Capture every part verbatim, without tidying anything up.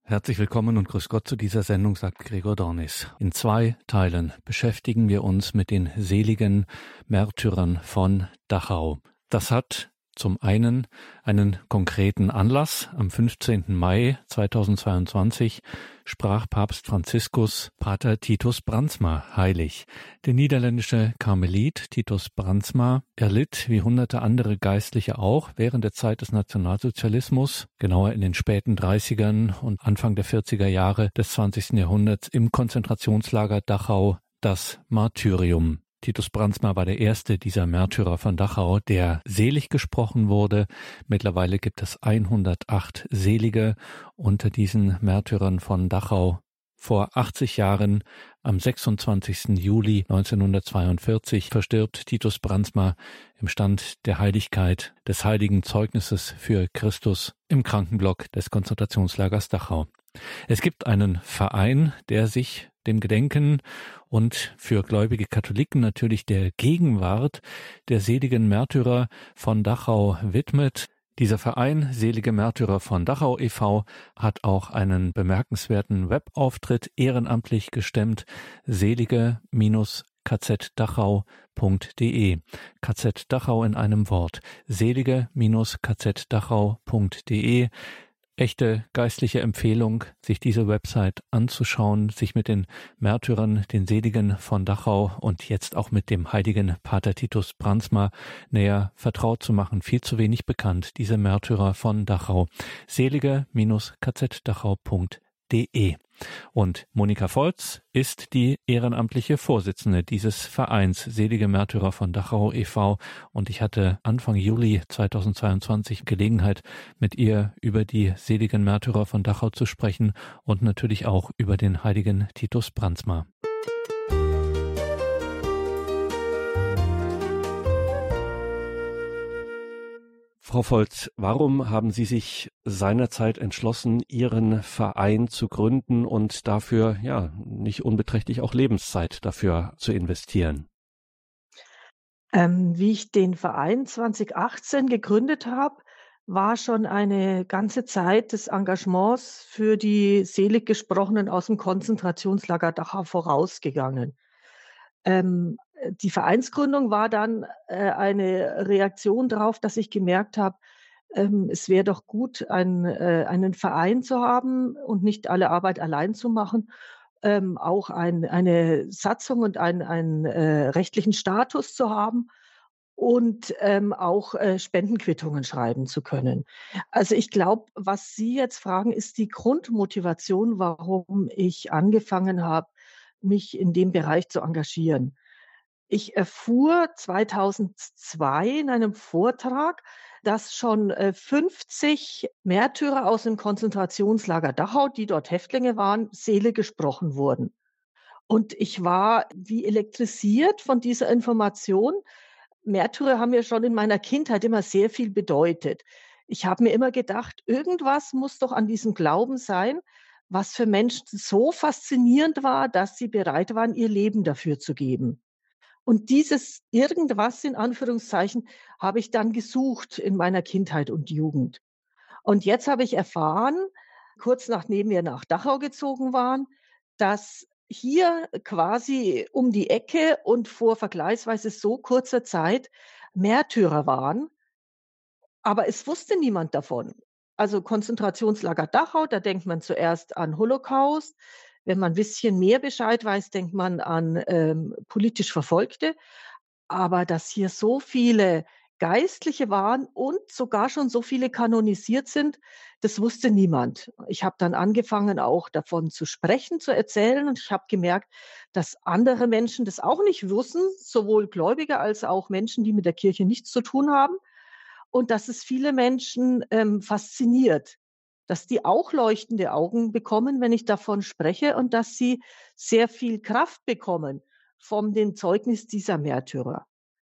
Herzlich willkommen und grüß Gott zu dieser Sendung, sagt Gregor Dornis. In zwei Teilen beschäftigen wir uns mit den seligen Märtyrern von Dachau. Das hat zum einen einen konkreten Anlass. Am fünfzehnten Mai zweitausendzweiundzwanzig sprach Papst Franziskus Pater Titus Brandsma heilig. Der niederländische Karmelit Titus Brandsma erlitt, wie hunderte andere Geistliche auch, während der Zeit des Nationalsozialismus, genauer in den späten dreißigern und Anfang der vierziger Jahre des zwanzigsten Jahrhunderts, im Konzentrationslager Dachau das Martyrium. Titus Brandsma war der erste dieser Märtyrer von Dachau, der selig gesprochen wurde. Mittlerweile gibt es hundertacht Selige unter diesen Märtyrern von Dachau. Vor achtzig Jahren, am sechsundzwanzigsten Juli neunzehnhundertzweiundvierzig, verstirbt Titus Brandsma im Stand der Heiligkeit des heiligen Zeugnisses für Christus im Krankenblock des Konzentrationslagers Dachau. Es gibt einen Verein, der sich dem Gedenken und für gläubige Katholiken natürlich der Gegenwart der seligen Märtyrer von Dachau widmet. Dieser Verein, Selige Märtyrer von Dachau e V, hat auch einen bemerkenswerten Webauftritt ehrenamtlich gestemmt, selige K Z Dachau punkt de. K Z Dachau in einem Wort, selige K Z Dachau punkt de. Echte geistliche Empfehlung, sich diese Website anzuschauen, sich mit den Märtyrern, den Seligen von Dachau und jetzt auch mit dem heiligen Pater Titus Brandsma näher vertraut zu machen. Viel zu wenig bekannt, diese Märtyrer von Dachau. selige K Z Dachau punkt de. Und Monika Volz ist die ehrenamtliche Vorsitzende dieses Vereins Selige Märtyrer von Dachau e V und ich hatte Anfang Juli zweitausendzweiundzwanzig Gelegenheit, mit ihr über die seligen Märtyrer von Dachau zu sprechen und natürlich auch über den heiligen Titus Brandsma. Frau Volz, warum haben Sie sich seinerzeit entschlossen, Ihren Verein zu gründen und dafür, ja, nicht unbeträchtlich auch Lebenszeit dafür zu investieren? Ähm, wie ich den Verein zweitausendachtzehn gegründet habe, war schon eine ganze Zeit des Engagements für die selig Gesprochenen aus dem Konzentrationslager Dachau vorausgegangen. Ähm, die Vereinsgründung war dann äh, eine Reaktion darauf, dass ich gemerkt habe, ähm, es wäre doch gut, ein, äh, einen Verein zu haben und nicht alle Arbeit allein zu machen, ähm, auch ein, eine Satzung und einen, einen äh, rechtlichen Status zu haben und ähm, auch äh, Spendenquittungen schreiben zu können. Also ich glaube, was Sie jetzt fragen, ist die Grundmotivation, warum ich angefangen habe, mich in dem Bereich zu engagieren. Ich erfuhr zweitausendzwei in einem Vortrag, dass schon äh, fünfzig Märtyrer aus dem Konzentrationslager Dachau, die dort Häftlinge waren, selig gesprochen wurden. Und ich war wie elektrisiert von dieser Information. Märtyrer haben mir schon in meiner Kindheit immer sehr viel bedeutet. Ich habe mir immer gedacht, irgendwas muss doch an diesem Glauben sein, was für Menschen so faszinierend war, dass sie bereit waren, ihr Leben dafür zu geben. Und dieses irgendwas in Anführungszeichen habe ich dann gesucht in meiner Kindheit und Jugend. Und jetzt habe ich erfahren, kurz nachdem wir nach Dachau gezogen waren, dass hier quasi um die Ecke und vor vergleichsweise so kurzer Zeit Märtyrer waren, aber es wusste niemand davon. Also Konzentrationslager Dachau, da denkt man zuerst an Holocaust. Wenn man ein bisschen mehr Bescheid weiß, denkt man an ähm, politisch Verfolgte. Aber dass hier so viele Geistliche waren und sogar schon so viele kanonisiert sind, das wusste niemand. Ich habe dann angefangen, auch davon zu sprechen, zu erzählen und ich habe gemerkt, dass andere Menschen das auch nicht wissen, sowohl Gläubige als auch Menschen, die mit der Kirche nichts zu tun haben und dass es viele Menschen ähm, fasziniert, dass die auch leuchtende Augen bekommen, wenn ich davon spreche und dass sie sehr viel Kraft bekommen von dem Zeugnis dieser Märtyrer.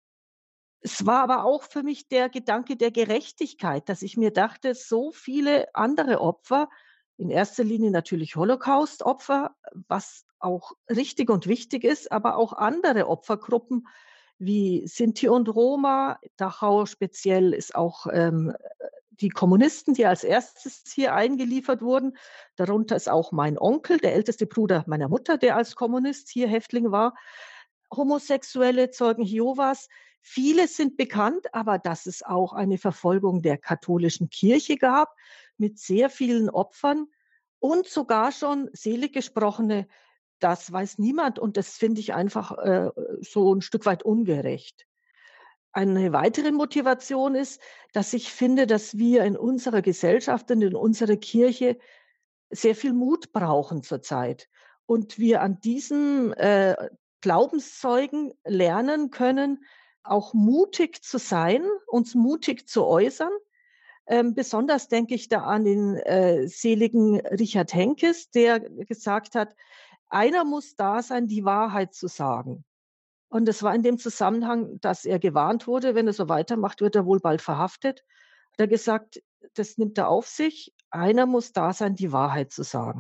Es war aber auch für mich der Gedanke der Gerechtigkeit, dass ich mir dachte, so viele andere Opfer, in erster Linie natürlich Holocaust-Opfer, was auch richtig und wichtig ist, aber auch andere Opfergruppen wie Sinti und Roma. Dachau speziell ist auch ähm, die Kommunisten, die als erstes hier eingeliefert wurden. Darunter ist auch mein Onkel, der älteste Bruder meiner Mutter, der als Kommunist hier Häftling war. Homosexuelle, Zeugen Jehovas. Viele sind bekannt, aber dass es auch eine Verfolgung der katholischen Kirche gab mit sehr vielen Opfern und sogar schon selig gesprochene, das weiß niemand und das finde ich einfach äh, so ein Stück weit ungerecht. Eine weitere Motivation ist, dass ich finde, dass wir in unserer Gesellschaft und in unserer Kirche sehr viel Mut brauchen zurzeit und wir an diesen äh, Glaubenszeugen lernen können, auch mutig zu sein, uns mutig zu äußern. Ähm, besonders denke ich da an den äh, seligen Richard Henkes, der gesagt hat, einer muss da sein, die Wahrheit zu sagen. Und es war in dem Zusammenhang, dass er gewarnt wurde, wenn er so weitermacht, wird er wohl bald verhaftet. Hat er gesagt, das nimmt er auf sich. Einer muss da sein, die Wahrheit zu sagen.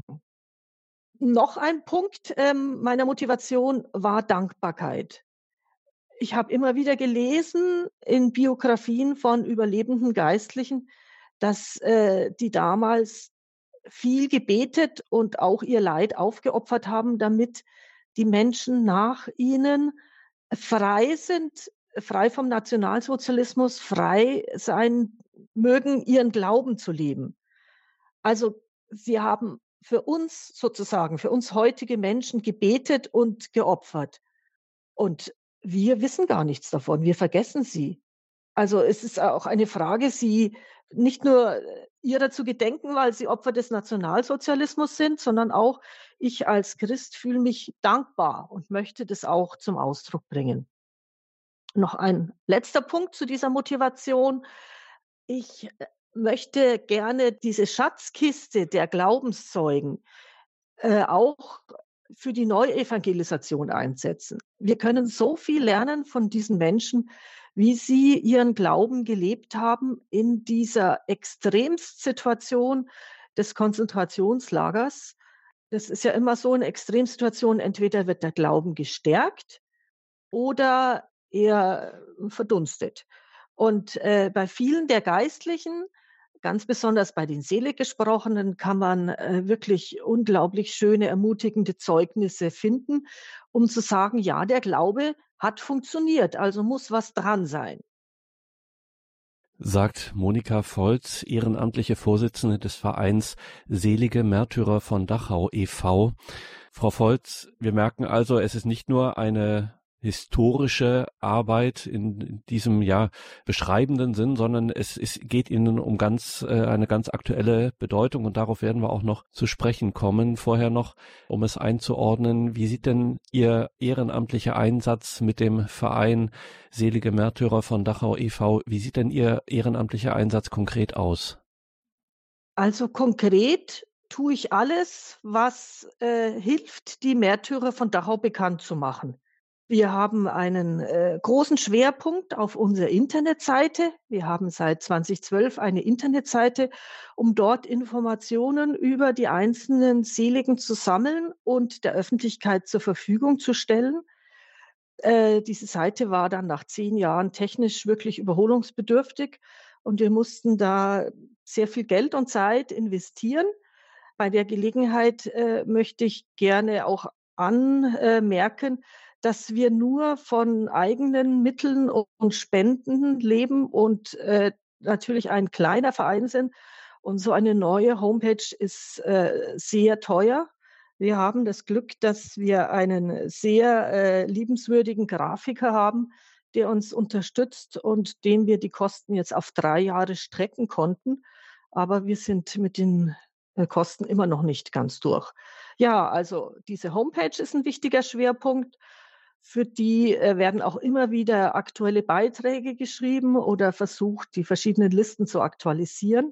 Noch ein Punkt ähm, meiner Motivation war Dankbarkeit. Ich habe immer wieder gelesen in Biografien von überlebenden Geistlichen, dass äh, die damals viel gebetet und auch ihr Leid aufgeopfert haben, damit die Menschen nach ihnen frei sind, frei vom Nationalsozialismus, frei sein mögen, ihren Glauben zu leben. Also sie haben für uns sozusagen, für uns heutige Menschen gebetet und geopfert. Und wir wissen gar nichts davon. Wir vergessen sie. Also es ist auch eine Frage, sie nicht nur äh, ihrer zu gedenken, weil sie Opfer des Nationalsozialismus sind, sondern auch ich als Christ fühle mich dankbar und möchte das auch zum Ausdruck bringen. Noch ein letzter Punkt zu dieser Motivation. Ich äh, möchte gerne diese Schatzkiste der Glaubenszeugen äh, auch für die Neuevangelisation einsetzen. Wir können so viel lernen von diesen Menschen, wie sie ihren Glauben gelebt haben in dieser Extremsituation des Konzentrationslagers. Das ist ja immer so in Extremsituationen, entweder wird der Glauben gestärkt oder er verdunstet. Und äh, bei vielen der Geistlichen, ganz besonders bei den Seliggesprochenen, kann man äh, wirklich unglaublich schöne, ermutigende Zeugnisse finden, um zu sagen, ja, der Glaube hat funktioniert, also muss was dran sein. Sagt Monika Volz, ehrenamtliche Vorsitzende des Vereins Selige Märtyrer von Dachau e V Frau Volz, wir merken also, es ist nicht nur eine historische Arbeit in diesem ja beschreibenden Sinn, sondern es, es geht Ihnen um ganz äh, eine ganz aktuelle Bedeutung und darauf werden wir auch noch zu sprechen kommen. Vorher noch, um es einzuordnen, wie sieht denn Ihr ehrenamtlicher Einsatz mit dem Verein Selige Märtyrer von Dachau e V, wie sieht denn Ihr ehrenamtlicher Einsatz konkret aus? Also konkret tue ich alles, was äh, hilft, die Märtyrer von Dachau bekannt zu machen. Wir haben einen äh, großen Schwerpunkt auf unserer Internetseite. Wir haben seit zweitausendzwölf eine Internetseite, um dort Informationen über die einzelnen Seligen zu sammeln und der Öffentlichkeit zur Verfügung zu stellen. Äh, diese Seite war dann nach zehn Jahren technisch wirklich überholungsbedürftig und wir mussten da sehr viel Geld und Zeit investieren. Bei der Gelegenheit äh, möchte ich gerne auch anmerken, dass wir nur von eigenen Mitteln und Spenden leben und äh, natürlich ein kleiner Verein sind. Und so eine neue Homepage ist äh, sehr teuer. Wir haben das Glück, dass wir einen sehr äh, liebenswürdigen Grafiker haben, der uns unterstützt und den wir die Kosten jetzt auf drei Jahre strecken konnten. Aber wir sind mit den äh, Kosten immer noch nicht ganz durch. Ja, also diese Homepage ist ein wichtiger Schwerpunkt. Für die äh, werden auch immer wieder aktuelle Beiträge geschrieben oder versucht, die verschiedenen Listen zu aktualisieren.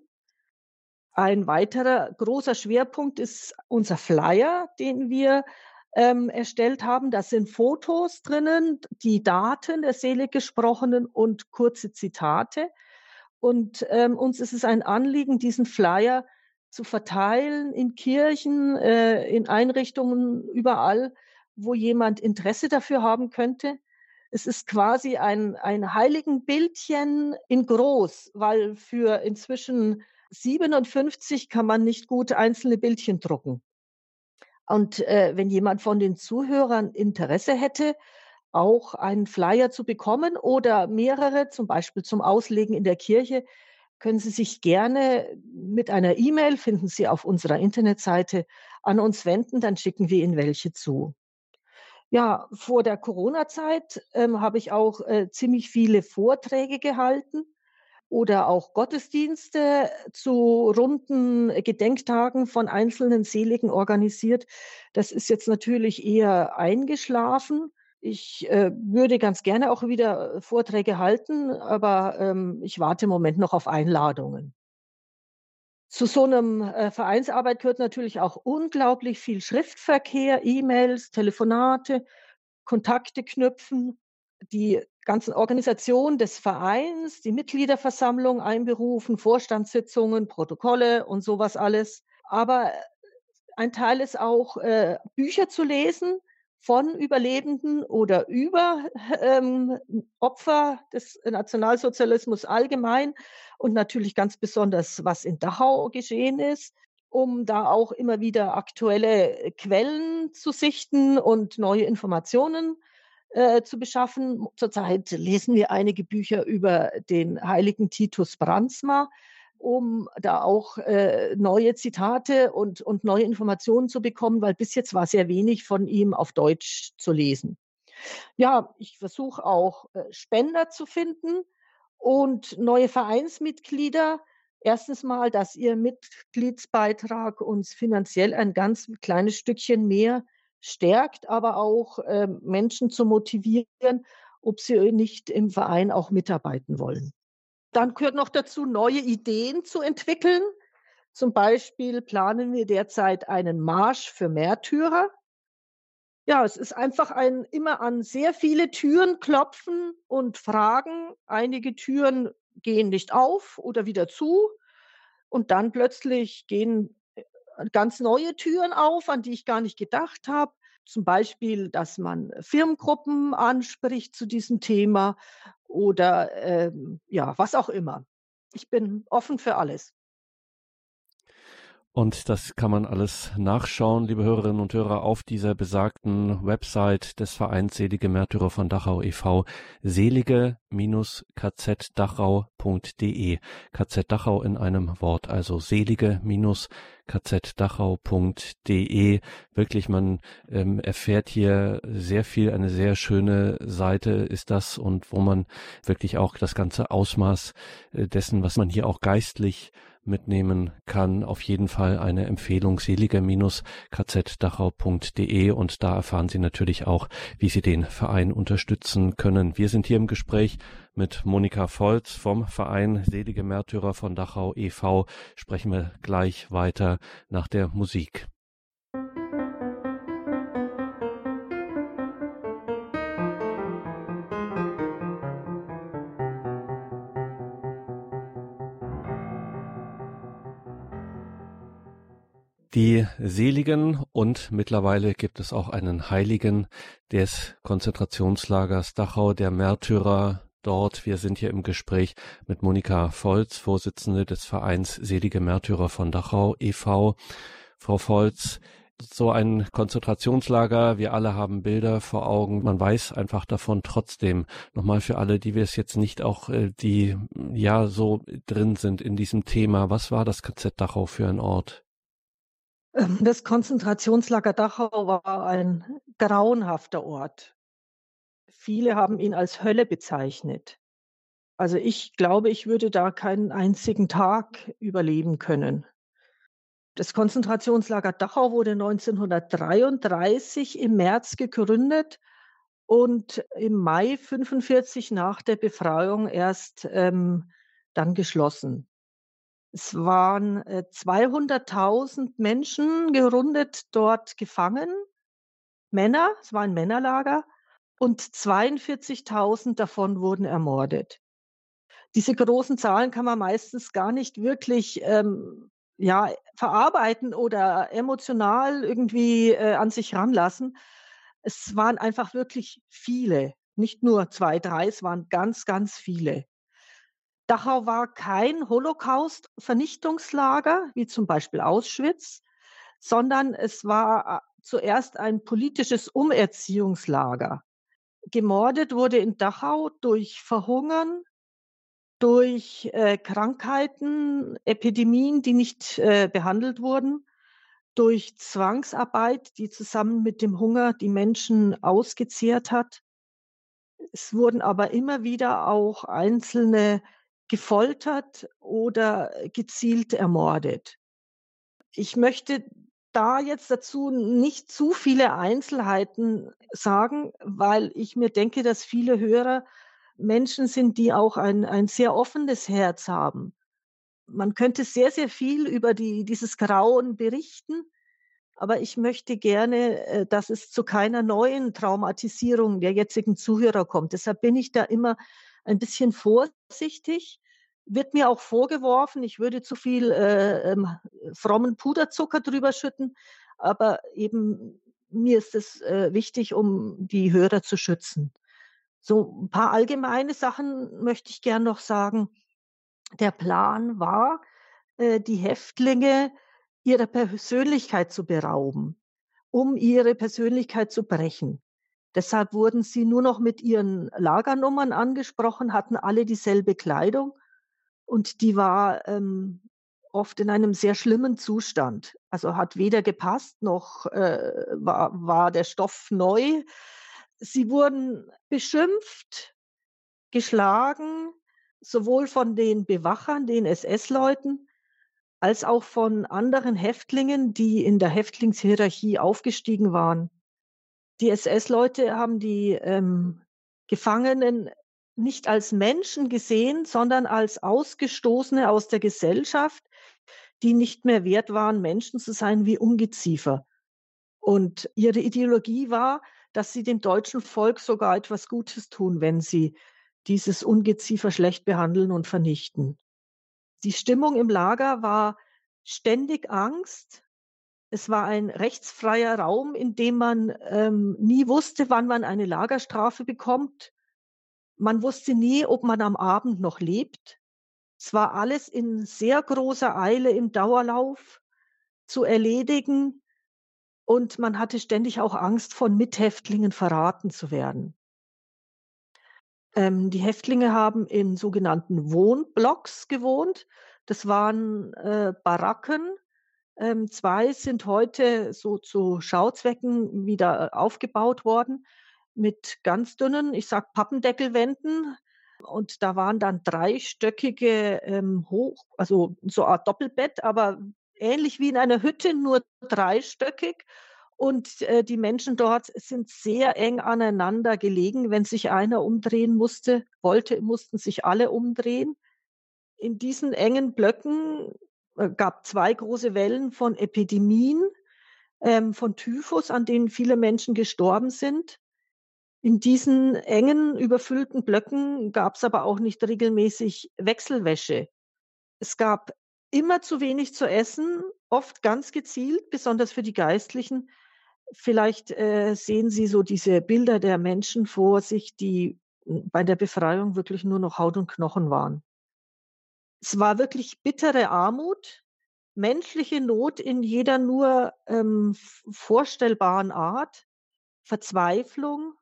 Ein weiterer großer Schwerpunkt ist unser Flyer, den wir ähm, erstellt haben. Da sind Fotos drinnen, die Daten der Seliggesprochenen und kurze Zitate. Und ähm, uns ist es ein Anliegen, diesen Flyer zu verteilen in Kirchen, äh, in Einrichtungen, überall, wo jemand Interesse dafür haben könnte. Es ist quasi ein ein Heiligenbildchen in groß, weil für inzwischen siebenundfünfzig kann man nicht gut einzelne Bildchen drucken. Und, äh, wenn jemand von den Zuhörern Interesse hätte, auch einen Flyer zu bekommen oder mehrere, zum Beispiel zum Auslegen in der Kirche, können Sie sich gerne mit einer E-Mail, finden Sie auf unserer Internetseite, an uns wenden, dann schicken wir Ihnen welche zu. Ja, vor der Corona-Zeit, ähm, habe ich auch, äh, ziemlich viele Vorträge gehalten oder auch Gottesdienste zu runden Gedenktagen von einzelnen Seligen organisiert. Das ist jetzt natürlich eher eingeschlafen. Ich, äh, würde ganz gerne auch wieder, äh, Vorträge halten, aber, ähm, ich warte im Moment noch auf Einladungen. Zu so 'nem, äh, Vereinsarbeit gehört natürlich auch unglaublich viel Schriftverkehr, E-Mails, Telefonate, Kontakte knüpfen, die ganzen Organisationen des Vereins, die Mitgliederversammlung einberufen, Vorstandssitzungen, Protokolle und so was alles. Aber ein Teil ist auch, äh, Bücher zu lesen von Überlebenden oder über, ähm, Opfer des Nationalsozialismus allgemein und natürlich ganz besonders, was in Dachau geschehen ist, um da auch immer wieder aktuelle Quellen zu sichten und neue Informationen, äh, zu beschaffen. Zurzeit lesen wir einige Bücher über den heiligen Titus Brandsma, um da auch, äh, neue Zitate und und neue Informationen zu bekommen, weil bis jetzt war sehr wenig von ihm auf Deutsch zu lesen. Ja, ich versuche auch, äh, Spender zu finden und neue Vereinsmitglieder. Erstens mal, dass Ihr Mitgliedsbeitrag uns finanziell ein ganz kleines Stückchen mehr stärkt, aber auch, ähm, Menschen zu motivieren, ob sie nicht im Verein auch mitarbeiten wollen. Dann gehört noch dazu, neue Ideen zu entwickeln. Zum Beispiel planen wir derzeit einen Marsch für Märtyrer. Ja, es ist einfach ein immer an sehr viele Türen klopfen und fragen. Einige Türen gehen nicht auf oder wieder zu und dann plötzlich gehen, äh, ganz neue Türen auf, an die ich gar nicht gedacht habe. Zum Beispiel, dass man Firmengruppen anspricht zu diesem Thema oder, ähm, ja, was auch immer. Ich bin offen für alles. Und das kann man alles nachschauen, liebe Hörerinnen und Hörer, auf dieser besagten Website des Vereins Selige Märtyrer von Dachau e V, selige K Z dachau punkt de. K Z Dachau in einem Wort, also selige K Z dachau punkt de. Wirklich, man ähm, erfährt hier sehr viel, eine sehr schöne Seite ist das und wo man wirklich auch das ganze Ausmaß äh, dessen, was man hier auch geistlich mitnehmen kann, auf jeden Fall eine Empfehlung, selige K Z dachau punkt de, und da erfahren Sie natürlich auch, wie Sie den Verein unterstützen können. Wir sind hier im Gespräch mit Monika Volz vom Verein Selige Märtyrer von Dachau e V. Sprechen wir gleich weiter nach der Musik. Die Seligen, und mittlerweile gibt es auch einen Heiligen des Konzentrationslagers Dachau, der Märtyrer dort. Wir sind hier im Gespräch mit Monika Volz, Vorsitzende des Vereins Selige Märtyrer von Dachau e V. Frau Volz, so ein Konzentrationslager, wir alle haben Bilder vor Augen, man weiß einfach davon. Trotzdem nochmal für alle, die wir es jetzt nicht auch, äh, die ja so drin sind in diesem Thema, was war das K Z Dachau für ein Ort? Ähm, das Konzentrationslager Dachau war ein grauenhafter Ort. Viele haben ihn als Hölle bezeichnet. Also, ich glaube, ich würde da keinen einzigen Tag überleben können. Das Konzentrationslager Dachau wurde neunzehnhundertdreiunddreißig im März gegründet und im Mai fünfundvierzig nach der Befreiung erst, ähm, dann geschlossen. Es waren, äh, zweihunderttausend Menschen gerundet dort gefangen, Männer, es war ein Männerlager, und zweiundvierzigtausend davon wurden ermordet. Diese großen Zahlen kann man meistens gar nicht wirklich, ähm, ja, verarbeiten oder emotional irgendwie, äh, an sich ranlassen. Es waren einfach wirklich viele. Nicht nur zwei, drei, es waren ganz, ganz viele. Dachau war kein Holocaust-Vernichtungslager, wie zum Beispiel Auschwitz, sondern es war äh, zuerst ein politisches Umerziehungslager. Gemordet wurde in Dachau durch Verhungern, durch äh, Krankheiten, Epidemien, die nicht äh, behandelt wurden, durch Zwangsarbeit, die zusammen mit dem Hunger die Menschen ausgezehrt hat. Es wurden aber immer wieder auch Einzelne gefoltert oder gezielt ermordet. Ich möchte da jetzt dazu nicht zu viele Einzelheiten sagen, weil ich mir denke, dass viele Hörer Menschen sind, die auch ein ein sehr offenes Herz haben. Man könnte sehr, sehr viel über die dieses Grauen berichten, aber ich möchte gerne, äh, dass es zu keiner neuen Traumatisierung der jetzigen Zuhörer kommt. Deshalb bin ich da immer ein bisschen vorsichtig. Wird mir auch vorgeworfen, ich würde zu viel, äh, ähm, frommen Puderzucker drüber schütten, aber eben mir ist es, äh, wichtig, um die Hörer zu schützen. So ein paar allgemeine Sachen möchte ich gern noch sagen. Der Plan war, äh, die Häftlinge ihrer Persönlichkeit zu berauben, um ihre Persönlichkeit zu brechen. Deshalb wurden sie nur noch mit ihren Lagernummern angesprochen, hatten alle dieselbe Kleidung und die war, ähm, oft in einem sehr schlimmen Zustand. Also, hat weder gepasst noch, äh, war war der Stoff neu. Sie wurden beschimpft, geschlagen, sowohl von den Bewachern, den S S-Leuten, als auch von anderen Häftlingen, die in der Häftlingshierarchie aufgestiegen waren. Die S S-Leute haben die, ähm, Gefangenen nicht als Menschen gesehen, sondern als Ausgestoßene aus der Gesellschaft, die nicht mehr wert waren, Menschen zu sein wie Ungeziefer. Und ihre Ideologie war, dass sie dem deutschen Volk sogar etwas Gutes tun, wenn sie dieses Ungeziefer schlecht behandeln und vernichten. Die Stimmung im Lager war ständig Angst. Es war ein rechtsfreier Raum, in dem man, ähm, nie wusste, wann man eine Lagerstrafe bekommt. Man wusste nie, ob man am Abend noch lebt. Es war alles in sehr großer Eile im Dauerlauf zu erledigen und man hatte ständig auch Angst, von Mithäftlingen verraten zu werden. Ähm, die Häftlinge haben in sogenannten Wohnblocks gewohnt. Das waren, äh, Baracken. Ähm, zwei sind heute so zu Schauzwecken wieder äh, aufgebaut worden mit ganz dünnen, ich sage Pappendeckelwänden. Und da waren dann dreistöckige, ähm, hoch also so Art Doppelbett, aber ähnlich wie in einer Hütte, nur dreistöckig. Und, äh, die Menschen dort sind sehr eng aneinander gelegen. Wenn sich einer umdrehen musste wollte, mussten sich alle umdrehen. In diesen engen Blöcken, äh, gab zwei große Wellen von Epidemien, ähm, von Typhus, an denen viele Menschen gestorben sind. In diesen engen, überfüllten Blöcken gab's aber auch nicht regelmäßig Wechselwäsche. Es gab immer zu wenig zu essen, oft ganz gezielt, besonders für die Geistlichen. Vielleicht, äh, sehen Sie so diese Bilder der Menschen vor sich, die, hm, bei der Befreiung wirklich nur noch Haut und Knochen waren. Es war wirklich bittere Armut, menschliche Not in jeder nur, ähm, v vorstellbaren Art, Verzweiflung.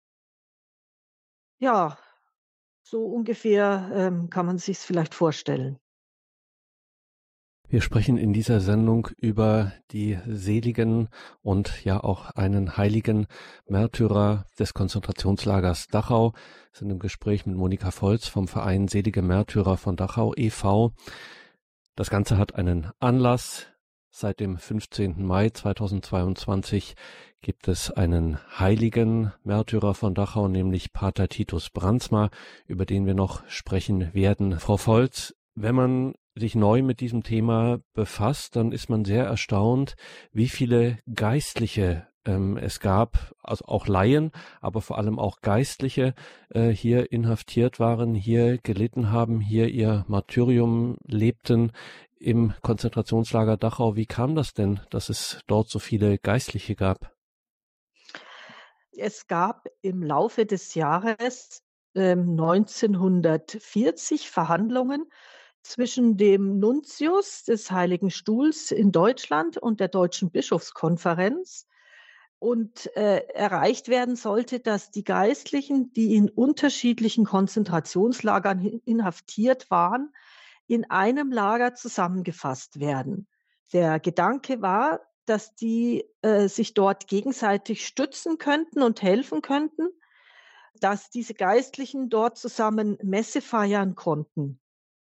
Ja, so ungefähr, ähm, kann man sich's vielleicht vorstellen. Wir sprechen in dieser Sendung über die seligen und ja auch einen heiligen Märtyrer des Konzentrationslagers Dachau. Wir sind im Gespräch mit Monika Volz vom Verein Selige Märtyrer von Dachau e V Das Ganze hat einen Anlass. Seit dem fünfzehnten Mai zweitausendzweiundzwanzig gibt es einen heiligen Märtyrer von Dachau, nämlich Pater Titus Brandsma, über den wir noch sprechen werden. Frau Volz, wenn man sich neu mit diesem Thema befasst, dann ist man sehr erstaunt, wie viele Geistliche ähm, es gab, also auch Laien, aber vor allem auch Geistliche äh, hier inhaftiert waren, hier gelitten haben, hier ihr Martyrium lebten im Konzentrationslager Dachau. Wie kam das denn, dass es dort so viele Geistliche gab? Es gab im Laufe des Jahres, ähm, neunzehnhundertvierzig Verhandlungen zwischen dem Nuntius des Heiligen Stuhls in Deutschland und der Deutschen Bischofskonferenz. Und äh, erreicht werden sollte, dass die Geistlichen, die in unterschiedlichen Konzentrationslagern hin- inhaftiert waren, in einem Lager zusammengefasst werden. Der Gedanke war, dass die äh, sich dort gegenseitig stützen könnten und helfen könnten, dass diese Geistlichen dort zusammen Messe feiern konnten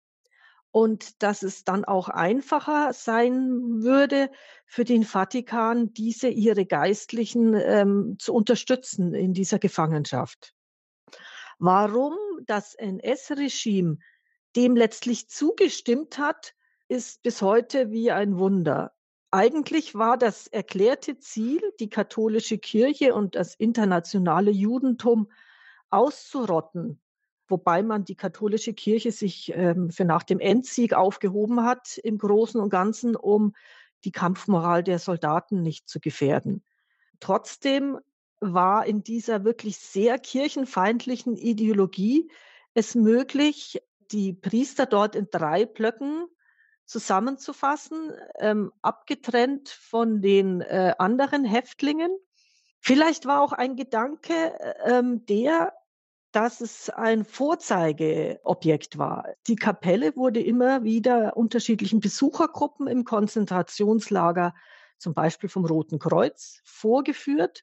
und dass es dann auch einfacher sein würde für den Vatikan, diese ihre Geistlichen ähm, zu unterstützen in dieser Gefangenschaft. Warum das N S-Regime dem letztlich zugestimmt hat, ist bis heute wie ein Wunder. Eigentlich war das erklärte Ziel, die katholische Kirche und das internationale Judentum auszurotten, wobei man die katholische Kirche sich ähm, für nach dem Endsieg aufgehoben hat im Großen und Ganzen, um die Kampfmoral der Soldaten nicht zu gefährden. Trotzdem war in dieser wirklich sehr kirchenfeindlichen Ideologie es möglich, die Priester dort in drei Blöcken zusammenzufassen, ähm, abgetrennt von den äh, anderen Häftlingen. Vielleicht war auch ein Gedanke äh, ähm, der, dass es ein Vorzeigeobjekt war. Die Kapelle wurde immer wieder unterschiedlichen Besuchergruppen im Konzentrationslager, zum Beispiel vom Roten Kreuz, vorgeführt,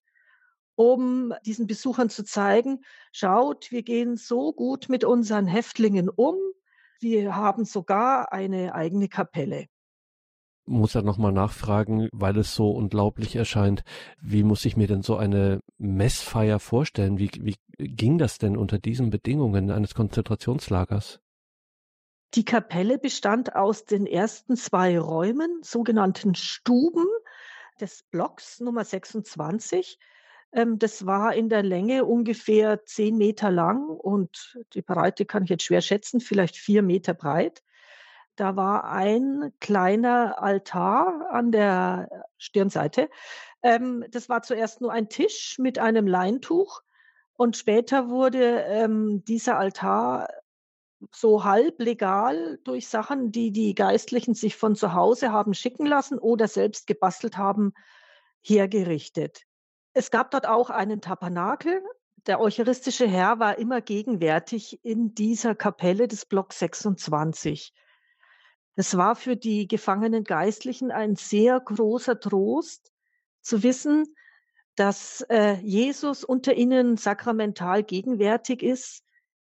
um diesen Besuchern zu zeigen, schaut, wir gehen so gut mit unseren Häftlingen um, wir haben sogar eine eigene Kapelle. Muss ja noch mal nachfragen, weil es so unglaublich erscheint. Wie muss ich mir denn so eine Messfeier vorstellen? Wie, wie ging das denn unter diesen Bedingungen eines Konzentrationslagers? Die Kapelle bestand aus den ersten zwei Räumen, sogenannten Stuben des Blocks Nummer sechsundzwanzig. Ähm, das war in der Länge ungefähr zehn Meter lang und die Breite kann ich jetzt schwer schätzen, vielleicht vier Meter breit. Da war ein kleiner Altar an der Stirnseite. Ähm, das war zuerst nur ein Tisch mit einem Leintuch und später wurde ähm, dieser Altar so halblegal durch Sachen, die die Geistlichen sich von zu Hause haben schicken lassen oder selbst gebastelt haben, hergerichtet. Es gab dort auch einen Tabernakel. Der eucharistische Herr war immer gegenwärtig in dieser Kapelle des Block sechsundzwanzig. Es war für die gefangenen Geistlichen ein sehr großer Trost, zu wissen, dass äh, Jesus unter ihnen sakramental gegenwärtig ist.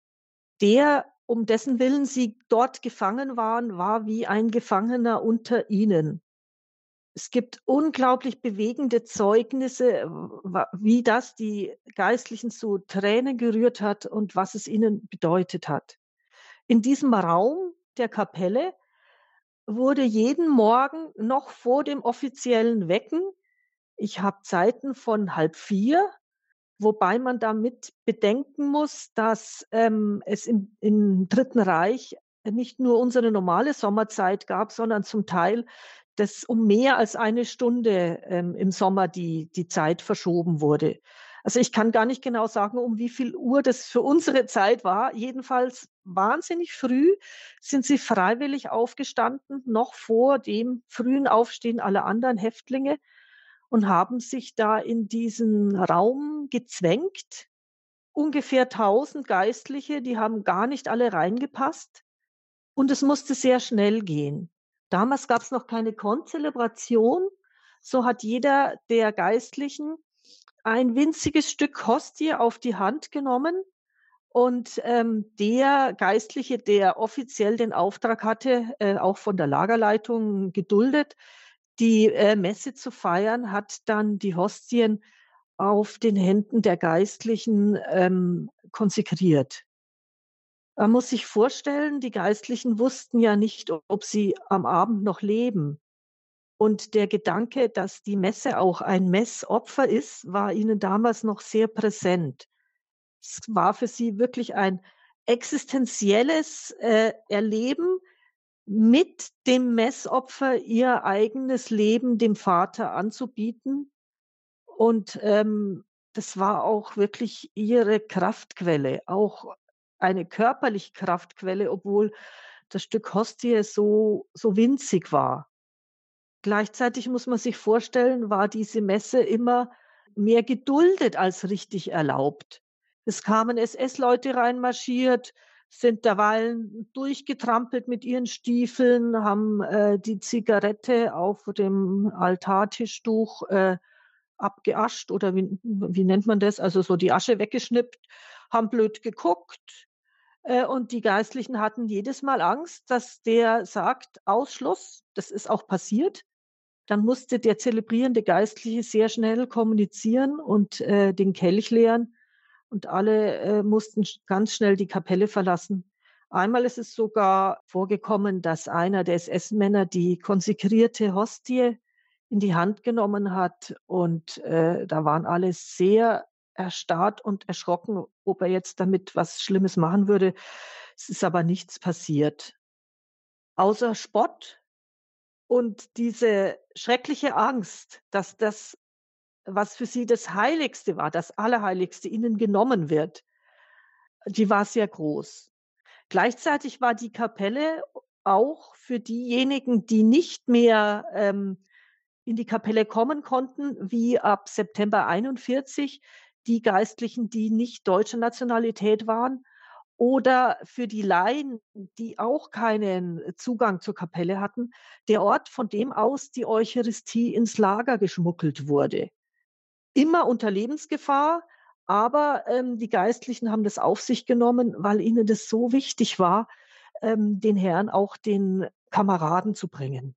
Der, um dessen Willen sie dort gefangen waren, war wie ein Gefangener unter ihnen. Es gibt unglaublich bewegende Zeugnisse, wa wie das die Geistlichen zu Tränen gerührt hat und was es ihnen bedeutet hat. In diesem Raum der Kapelle wurde jeden Morgen noch vor dem offiziellen Wecken, ich habe Zeiten von halb vier, wobei man damit bedenken muss, dass ähm, es im, im Dritten Reich nicht nur unsere normale Sommerzeit gab, sondern zum Teil dass um mehr als eine Stunde ähm, im Sommer die, die Zeit verschoben wurde. Also ich kann gar nicht genau sagen, um wie viel Uhr das für unsere Zeit war. Jedenfalls wahnsinnig früh sind sie freiwillig aufgestanden, noch vor dem frühen Aufstehen aller anderen Häftlinge und haben sich da in diesen Raum gezwängt. Ungefähr tausend Geistliche, die haben gar nicht alle reingepasst. Und es musste sehr schnell gehen. Damals gab es noch keine Konzelebration. So hat jeder der Geistlichen ein winziges Stück Hostie auf die Hand genommen. Und ähm, der Geistliche, der offiziell den Auftrag hatte, äh, auch von der Lagerleitung geduldet, die äh, Messe zu feiern, hat dann die Hostien auf den Händen der Geistlichen ähm, konsekriert. Man muss sich vorstellen, die Geistlichen wussten ja nicht, ob sie am Abend noch leben. Und der Gedanke, dass die Messe auch ein Messopfer ist, war ihnen damals noch sehr präsent. Es war für sie wirklich ein existenzielles äh, Erleben, mit dem Messopfer ihr eigenes Leben dem Vater anzubieten. Und ähm, das war auch wirklich ihre Kraftquelle, auch eine körperliche Kraftquelle, obwohl das Stück Hostie so so winzig war. Gleichzeitig muss man sich vorstellen, war diese Messe immer mehr geduldet als richtig erlaubt. Es kamen S S-Leute reinmarschiert, sind derweilen durchgetrampelt mit ihren Stiefeln, haben, äh, die Zigarette auf dem Altartischtuch, äh, abgeascht oder wie wie nennt man das? Also, so die Asche weggeschnippt, haben blöd geguckt, äh, und die Geistlichen hatten jedes Mal Angst, dass der sagt: „Ausschluss." Das ist auch passiert. Dann musste der zelebrierende Geistliche sehr schnell kommunizieren und, äh, den Kelch leeren und alle, äh, mussten sch ganz schnell die Kapelle verlassen. Einmal ist es sogar vorgekommen, dass einer der S S-Männer die konsekrierte Hostie in die Hand genommen hat und, äh, da waren alle sehr erstarrt und erschrocken, ob er jetzt damit was Schlimmes machen würde. Es ist aber nichts passiert. Außer Spott und diese schreckliche Angst, dass das, was für sie das Heiligste war, das Allerheiligste, ihnen genommen wird, die war sehr groß. Gleichzeitig war die Kapelle auch für diejenigen, die nicht mehr, ähm, in die Kapelle kommen konnten, wie ab September einundvierzig, die Geistlichen, die nicht deutscher Nationalität waren, oder für die Laien, die auch keinen Zugang zur Kapelle hatten, der Ort, von dem aus die Eucharistie ins Lager geschmuggelt wurde. Immer unter Lebensgefahr, aber, ähm, die Geistlichen haben das auf sich genommen, weil ihnen das so wichtig war, ähm, den Herrn auch den Kameraden zu bringen.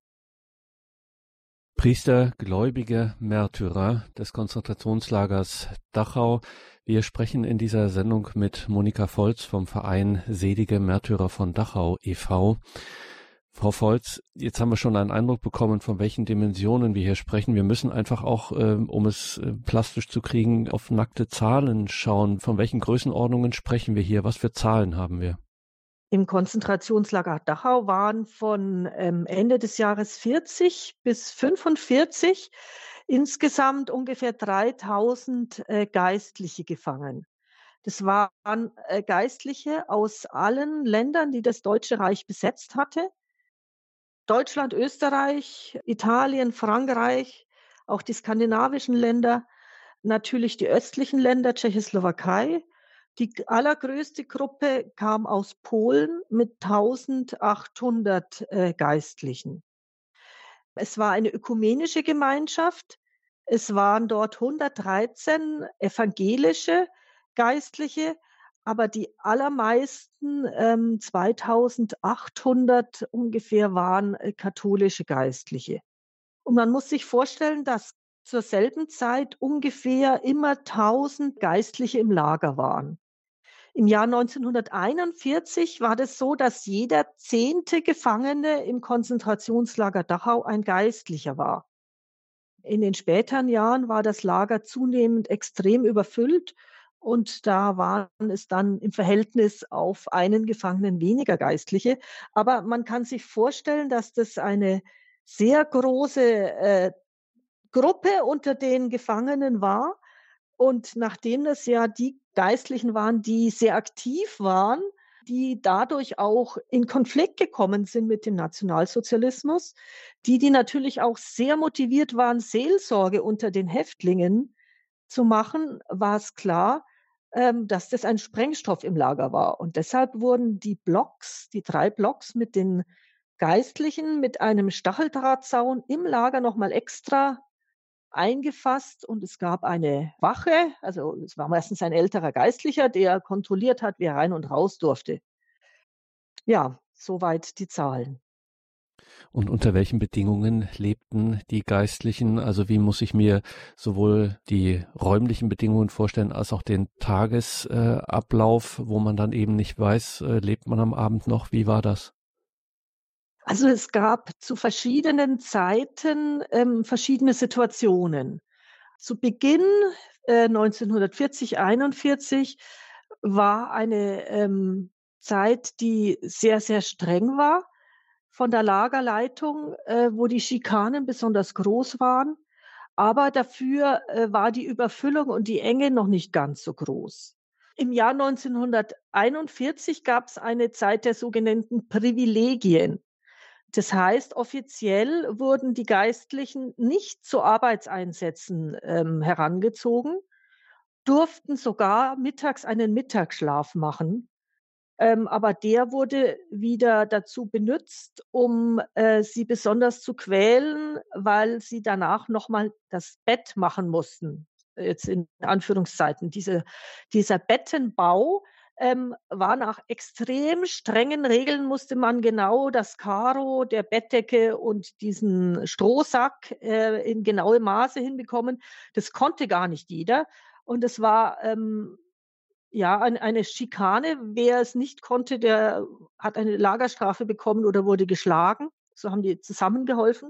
Priester, Gläubige, Märtyrer des Konzentrationslagers Dachau. Wir sprechen in dieser Sendung mit Monika Volz vom Verein Selige Märtyrer von Dachau e V Frau Volz, jetzt haben wir schon einen Eindruck bekommen, von welchen Dimensionen wir hier sprechen. Wir müssen einfach auch, ähm, um es äh, plastisch zu kriegen, auf nackte Zahlen schauen. Von welchen Größenordnungen sprechen wir hier? Was für Zahlen haben wir? Im Konzentrationslager Dachau waren von, ähm, Ende des Jahres vierzig bis fünfundvierzig insgesamt ungefähr dreitausend, äh, Geistliche gefangen. Das waren, äh, Geistliche aus allen Ländern, die das Deutsche Reich besetzt hatte. Deutschland, Österreich, Italien, Frankreich, auch die skandinavischen Länder, natürlich die östlichen Länder, Tschechoslowakei. Die g allergrößte Gruppe kam aus Polen mit tausendachthundert, äh, Geistlichen. Es war eine ökumenische Gemeinschaft. Es waren dort hundertdreizehn evangelische Geistliche, aber die allermeisten, ähm, zweitausendachthundert ungefähr, waren, äh, katholische Geistliche. Und man muss sich vorstellen, dass zur selben Zeit ungefähr immer tausend Geistliche im Lager waren. Im Jahr neunzehnhunderteinundvierzig war das so, dass jeder zehnte Gefangene im Konzentrationslager Dachau ein Geistlicher war. In den späteren Jahren war das Lager zunehmend extrem überfüllt und da waren es dann im Verhältnis auf einen Gefangenen weniger Geistliche. Aber man kann sich vorstellen, dass das eine sehr große, äh, Gruppe unter den Gefangenen war. Und nachdem das ja die Geistlichen waren, die sehr aktiv waren, die dadurch auch in Konflikt gekommen sind mit dem Nationalsozialismus, die die natürlich auch sehr motiviert waren, Seelsorge unter den Häftlingen zu machen, war es klar, ähm, dass das ein Sprengstoff im Lager war. Und deshalb wurden die Blocks, die drei Blocks mit den Geistlichen mit einem Stacheldrahtzaun im Lager noch mal extra eingefasst und es gab eine Wache, also es war meistens ein älterer Geistlicher, der kontrolliert hat, wer rein und raus durfte. Ja, soweit die Zahlen. Und unter welchen Bedingungen lebten die Geistlichen? Also wie muss ich mir sowohl die räumlichen Bedingungen vorstellen, als auch den Tagesablauf, äh, wo man dann eben nicht weiß, äh, lebt man am Abend noch? Wie war das? Also es gab zu verschiedenen Zeiten ähm, verschiedene Situationen. Zu Beginn äh, neunzehnhundertvierzig, einundvierzig war eine ähm, Zeit, die sehr, sehr streng war von der Lagerleitung, äh, wo die Schikanen besonders groß waren. aber dafür äh, war die Überfüllung und die Enge noch nicht ganz so groß. Im Jahr neunzehnhunderteinundvierzig gab es eine Zeit der sogenannten Privilegien. Das heißt, offiziell wurden die Geistlichen nicht zu Arbeitseinsätzen ähm, herangezogen, durften sogar mittags einen Mittagsschlaf machen. Ähm, aber der wurde wieder dazu benutzt, um äh, sie besonders zu quälen, weil sie danach noch mal das Bett machen mussten, jetzt in Anführungszeiten. Diese dieser Bettenbau, ähm, war nach extrem strengen Regeln musste man genau das Karo der Bettdecke und diesen Strohsack, äh, in genaue Maße hinbekommen. Das konnte gar nicht jeder. Und es war, ähm ja, ein eine Schikane. Wer es nicht konnte, der hat eine Lagerstrafe bekommen oder wurde geschlagen. So haben die zusammengeholfen.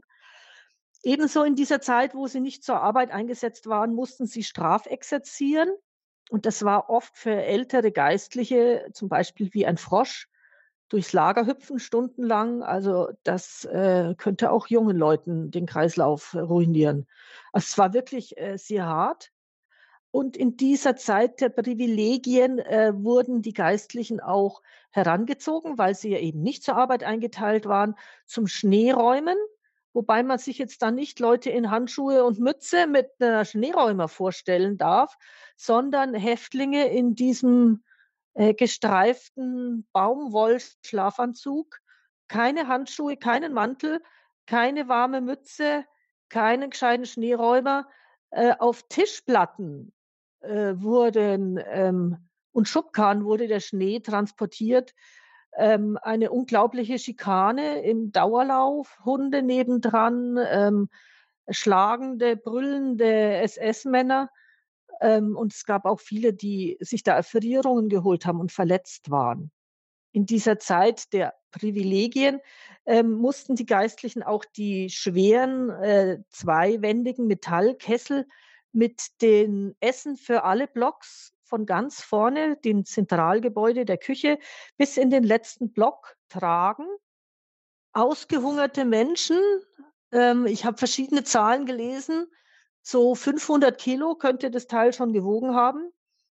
Ebenso in dieser Zeit, wo sie nicht zur Arbeit eingesetzt waren, mussten sie strafexerzieren. Und das war oft für ältere Geistliche, zum Beispiel wie ein Frosch, durchs Lager hüpfen stundenlang. Also das äh, könnte auch jungen Leuten den Kreislauf ruinieren. Also es war wirklich äh, sehr hart. Und in dieser Zeit der Privilegien äh, wurden die Geistlichen auch herangezogen, weil sie ja eben nicht zur Arbeit eingeteilt waren, zum Schneeräumen, wobei man sich jetzt dann nicht Leute in Handschuhe und Mütze mit einer Schneeräumer vorstellen darf, sondern Häftlinge in diesem äh, gestreiften Baumwollschlafanzug, keine Handschuhe, keinen Mantel, keine warme Mütze, keinen gescheiten Schneeräumer, äh, auf Tischplatten äh, wurden ähm, und Schubkarren wurde der Schnee transportiert. Ähm, eine unglaubliche Schikane im Dauerlauf, Hunde nebendran, ähm, schlagende, brüllende S S-Männer. Ähm, und es gab auch viele, die sich da Erfrierungen geholt haben und verletzt waren. In dieser Zeit der Privilegien ähm, mussten die Geistlichen auch die schweren, äh, zweiwändigen Metallkessel mit den Essen für alle Blocks von ganz vorne, dem Zentralgebäude der Küche, bis in den letzten Block tragen. Ausgehungerte Menschen, ähm, ich habe verschiedene Zahlen gelesen, so fünfhundert Kilo könnte das Teil schon gewogen haben.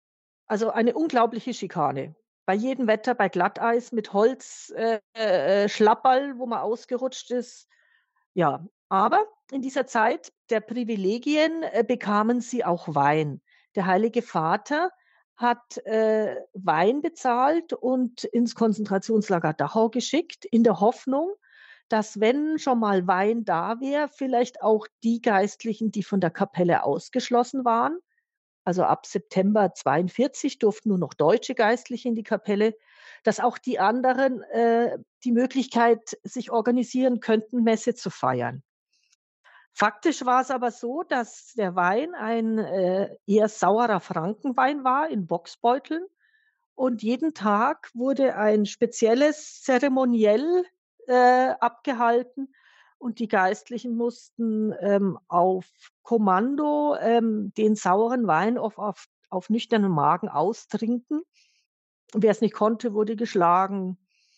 Also eine unglaubliche Schikane. Bei jedem Wetter, bei Glatteis mit Holz, äh, äh, Schlapperl, wo man ausgerutscht ist. Ja, aber in dieser Zeit der Privilegien äh, bekamen sie auch Wein. Der Heilige Vater hat äh, Wein bezahlt und ins Konzentrationslager Dachau geschickt, in der Hoffnung, dass, wenn schon mal Wein da wäre, vielleicht auch die Geistlichen, die von der Kapelle ausgeschlossen waren, also ab September zweiundvierzig durften nur noch deutsche Geistliche in die Kapelle, dass auch die anderen äh, die Möglichkeit sich organisieren könnten, Messe zu feiern. Faktisch war es aber so, dass der Wein ein äh, eher saurer Frankenwein war in Bocksbeuteln und jeden Tag wurde ein spezielles Zeremoniell äh, abgehalten und die Geistlichen mussten ähm, auf Kommando ähm, den sauren Wein auf, auf, auf nüchternen Magen austrinken. Wer es nicht konnte, wurde geschlagen.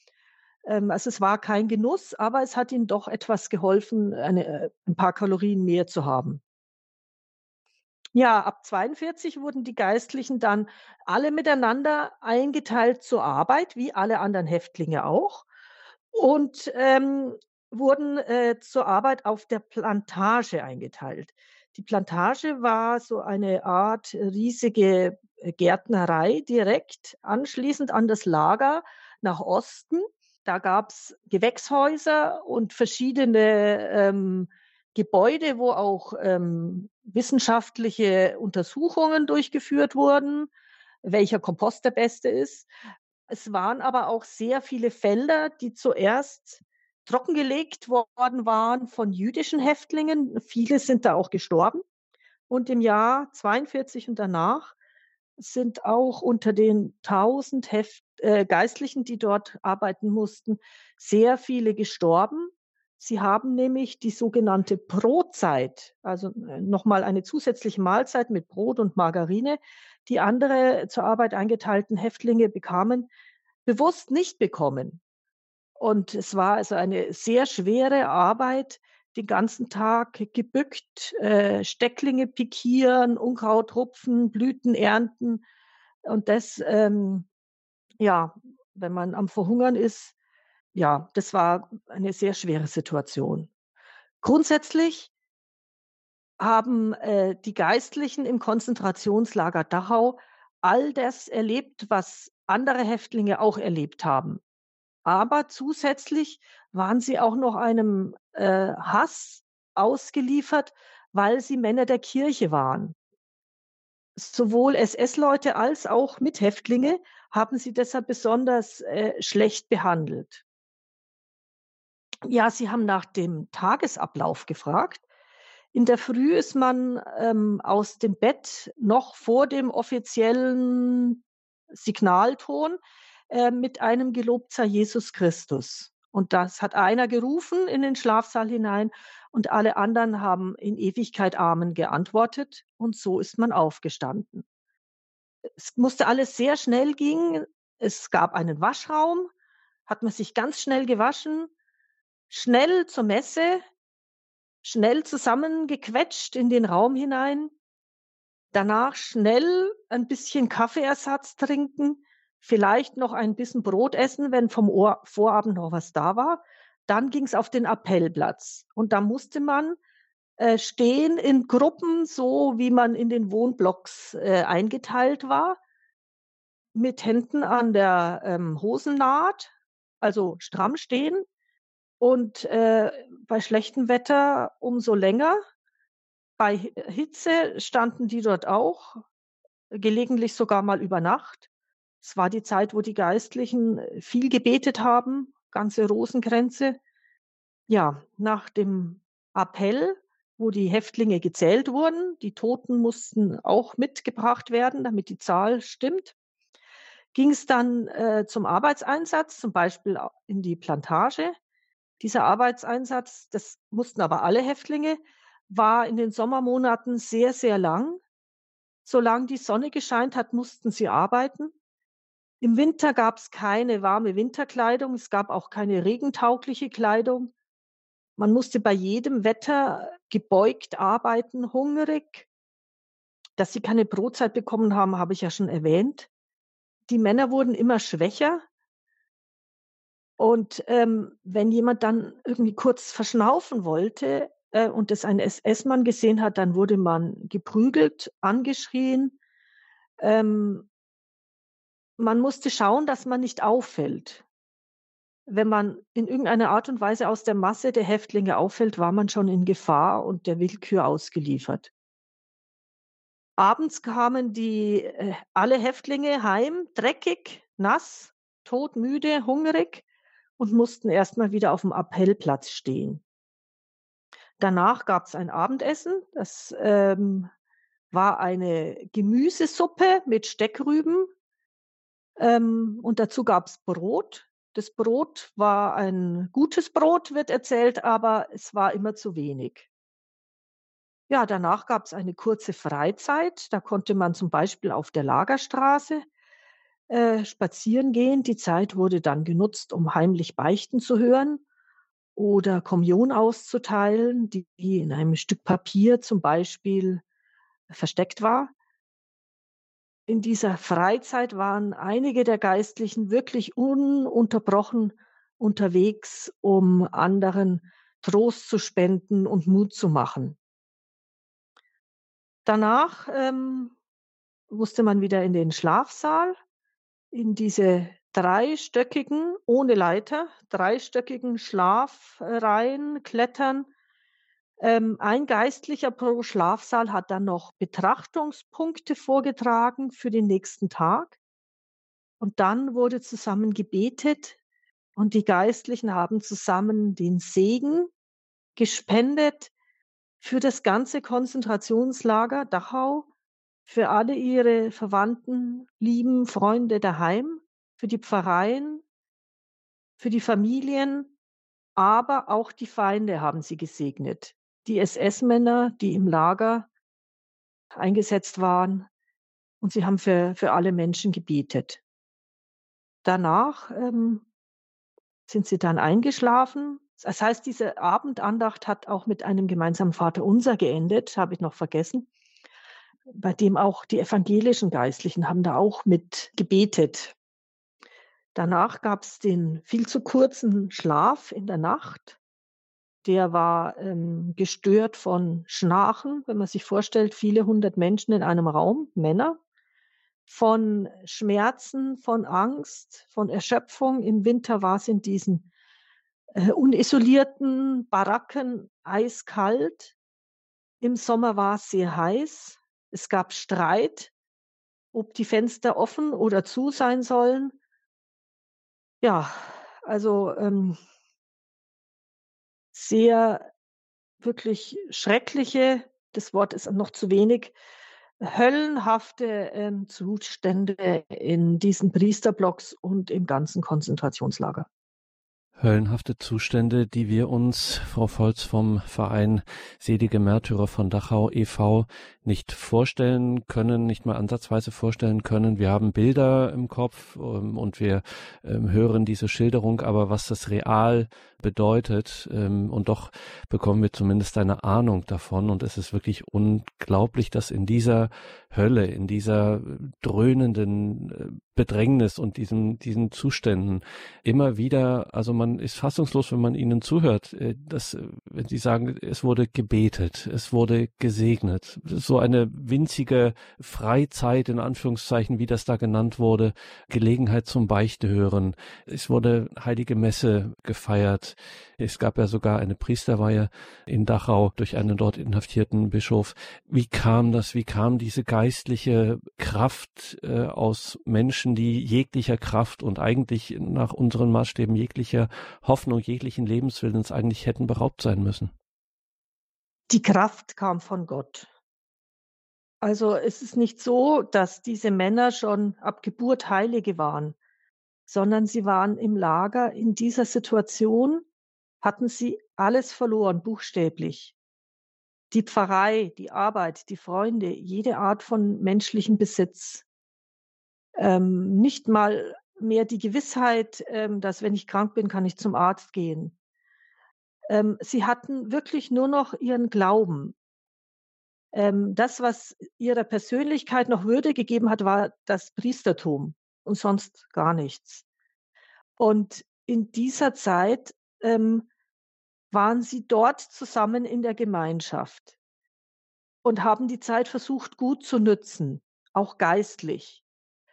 Ähm, also es war kein Genuss, aber es hat ihnen doch etwas geholfen, eine, äh, ein paar Kalorien mehr zu haben. Ja, ab zweiundvierzig wurden die Geistlichen dann alle miteinander eingeteilt zur Arbeit, wie alle anderen Häftlinge auch, und ähm, wurden äh, zur Arbeit auf der Plantage eingeteilt. Die Plantage war so eine Art riesige äh, Gärtnerei direkt anschließend an das Lager nach Osten. Da gab's Gewächshäuser und verschiedene ähm, Gebäude, wo auch ähm, wissenschaftliche Untersuchungen durchgeführt wurden, welcher Kompost der beste ist. Es waren aber auch sehr viele Felder, die zuerst trockengelegt worden waren von jüdischen Häftlingen. Viele sind da auch gestorben. Und im Jahr zweiundvierzig und danach sind auch unter den tausend Heft äh, Geistlichen, die dort arbeiten mussten, sehr viele gestorben. Sie haben nämlich die sogenannte Brotzeit, also äh, noch mal eine zusätzliche Mahlzeit mit Brot und Margarine, die andere zur Arbeit eingeteilten Häftlinge bekamen, bewusst nicht bekommen. Und es war also eine sehr schwere Arbeit, den ganzen Tag gebückt, äh, Stecklinge pikieren, Unkraut rupfen, Blüten ernten und das, ähm, ja, wenn man am Verhungern ist, ja, das war eine sehr schwere Situation. Grundsätzlich haben, äh, die Geistlichen im Konzentrationslager Dachau all das erlebt, was andere Häftlinge auch erlebt haben. Aber zusätzlich waren sie auch noch einem, äh, Hass ausgeliefert, weil sie Männer der Kirche waren. Sowohl S S-Leute als auch Mithäftlinge haben sie deshalb besonders, äh, schlecht behandelt. Ja, sie haben nach dem Tagesablauf gefragt. In der Früh ist man, ähm, aus dem Bett noch vor dem offiziellen Signalton, äh, mit einem „Gelobt sei Jesus Christus." Und das hat einer gerufen in den Schlafsaal hinein und alle anderen haben in Ewigkeit Amen geantwortet und so ist man aufgestanden. Es musste alles sehr schnell gehen. Es gab einen Waschraum, hat man sich ganz schnell gewaschen, schnell zur Messe, schnell zusammengequetscht in den Raum hinein, danach schnell ein bisschen Kaffeeersatz trinken, vielleicht noch ein bisschen Brot essen, wenn vom Ohr Vorabend noch was da war. Dann ging's auf den Appellplatz und da musste man, äh, stehen in Gruppen, so wie man in den Wohnblocks, äh, eingeteilt war, mit Händen an der, ähm, Hosennaht, also stramm stehen und, äh, bei schlechtem Wetter umso länger. Bei Hi Hitze standen die dort auch, gelegentlich sogar mal über Nacht. Es war die Zeit, wo die Geistlichen äh, viel gebetet haben, ganze Rosenkränze. Ja, nach dem Appell, wo die Häftlinge gezählt wurden, die Toten mussten auch mitgebracht werden, damit die Zahl stimmt, ging es dann, äh, zum Arbeitseinsatz, zum Beispiel au in die Plantage. Dieser Arbeitseinsatz, das mussten aber alle Häftlinge, war in den Sommermonaten sehr, sehr lang. Solange die Sonne gescheint hat, mussten sie arbeiten. Im Winter gab's keine warme Winterkleidung, es gab auch keine regentaugliche Kleidung. Man musste bei jedem Wetter gebeugt arbeiten, hungrig. Dass sie keine Brotzeit bekommen haben, habe ich ja schon erwähnt. Die Männer wurden immer schwächer und, ähm, wenn jemand dann irgendwie kurz verschnaufen wollte, äh, und das ein S S-Mann gesehen hat, dann wurde man geprügelt, angeschrien. Ähm, Man musste schauen, dass man nicht auffällt. Wenn man in irgendeiner Art und Weise aus der Masse der Häftlinge auffällt, war man schon in Gefahr und der Willkür ausgeliefert. Abends kamen die, äh, alle Häftlinge heim, dreckig, nass, todmüde, hungrig und mussten erst mal wieder auf'm Appellplatz stehen. Danach gab's ein Abendessen, das, ähm, war eine Gemüsesuppe mit Steckrüben, ähm, und dazu gab's Brot. Das Brot war ein gutes Brot, wird erzählt, aber es war immer zu wenig. Ja, danach gab's eine kurze Freizeit. Da konnte man zum Beispiel auf der Lagerstraße, äh, spazieren gehen. Die Zeit wurde dann genutzt, um heimlich Beichten zu hören oder Kommunion auszuteilen, die in einem Stück Papier zum Beispiel versteckt war. In dieser Freizeit waren einige der Geistlichen wirklich ununterbrochen unterwegs, um anderen Trost zu spenden und Mut zu machen. Danach, ähm, musste man wieder in den Schlafsaal, in diese dreistöckigen ohne Leiter, dreistöckigen Schlafreihen klettern. Ähm, ein Geistlicher pro Schlafsaal hat dann noch Betrachtungspunkte vorgetragen für den nächsten Tag. Und dann wurde zusammen gebetet und die Geistlichen haben zusammen den Segen gespendet für das ganze Konzentrationslager Dachau, für alle ihre Verwandten, lieben Freunde daheim, für die Pfarreien, für die Familien, aber auch die Feinde haben sie gesegnet. Die S S-Männer, die im Lager eingesetzt waren, und sie haben für für alle Menschen gebetet. Danach, ähm, sind sie dann eingeschlafen, Das heißt, diese Abendandacht hat auch mit einem gemeinsamen Vaterunser geendet, habe ich noch vergessen, bei dem auch die evangelischen Geistlichen haben da auch mit gebetet. Danach gab es den viel zu kurzen Schlaf in der Nacht. Der war ähm, gestört von Schnarchen, wenn man sich vorstellt, viele hundert Menschen in einem Raum, Männer, von Schmerzen, von Angst, von Erschöpfung. Im Winter war es in diesen äh, unisolierten Baracken eiskalt. Im Sommer war es sehr heiß. Es gab Streit, ob die Fenster offen oder zu sein sollen. Ja, also ähm, sehr wirklich schreckliche, das Wort ist noch zu wenig, höllenhafte ähm, Zustände in diesen Priesterblocks und im ganzen Konzentrationslager. Höllenhafte Zustände, die wir uns, Frau Volz vom Verein Selige Märtyrer von Dachau e V, nicht vorstellen können, nicht mal ansatzweise vorstellen können. Wir haben Bilder im Kopf ähm, und wir ähm, hören diese Schilderung, aber was das real bedeutet, ähm, und doch bekommen wir zumindest eine Ahnung davon, und es ist wirklich unglaublich, dass in dieser Hölle, in dieser dröhnenden Bedrängnis und diesen, diesen Zuständen immer wieder, also man ist fassungslos, wenn man ihnen zuhört, dass, wenn sie sagen, es wurde gebetet, es wurde gesegnet, so eine winzige Freizeit, in Anführungszeichen, wie das da genannt wurde, Gelegenheit zum Beichte hören, es wurde Heilige Messe gefeiert, es gab ja sogar eine Priesterweihe in Dachau durch einen dort inhaftierten Bischof. Wie kam das, wie kam diese geistliche Kraft äh, aus Menschen, die jeglicher Kraft und eigentlich nach unseren Maßstäben jeglicher Hoffnung, jeglichen Lebenswillens eigentlich hätten beraubt sein müssen? Die Kraft kam von Gott. Also es ist nicht so, dass diese Männer schon ab Geburt Heilige waren, sondern sie waren im Lager in dieser Situation, hatten sie alles verloren, buchstäblich. Die Pfarrei, die Arbeit, die Freunde, jede Art von menschlichem Besitz. Ähm, nicht mal mehr die Gewissheit, ähm, dass wenn ich krank bin, kann ich zum Arzt gehen. Ähm, sie hatten wirklich nur noch ihren Glauben. Ähm, das, was ihrer Persönlichkeit noch Würde gegeben hat, war das Priestertum und sonst gar nichts. Und in dieser Zeit ähm, waren sie dort zusammen in der Gemeinschaft und haben die Zeit versucht, gut zu nützen, auch geistlich.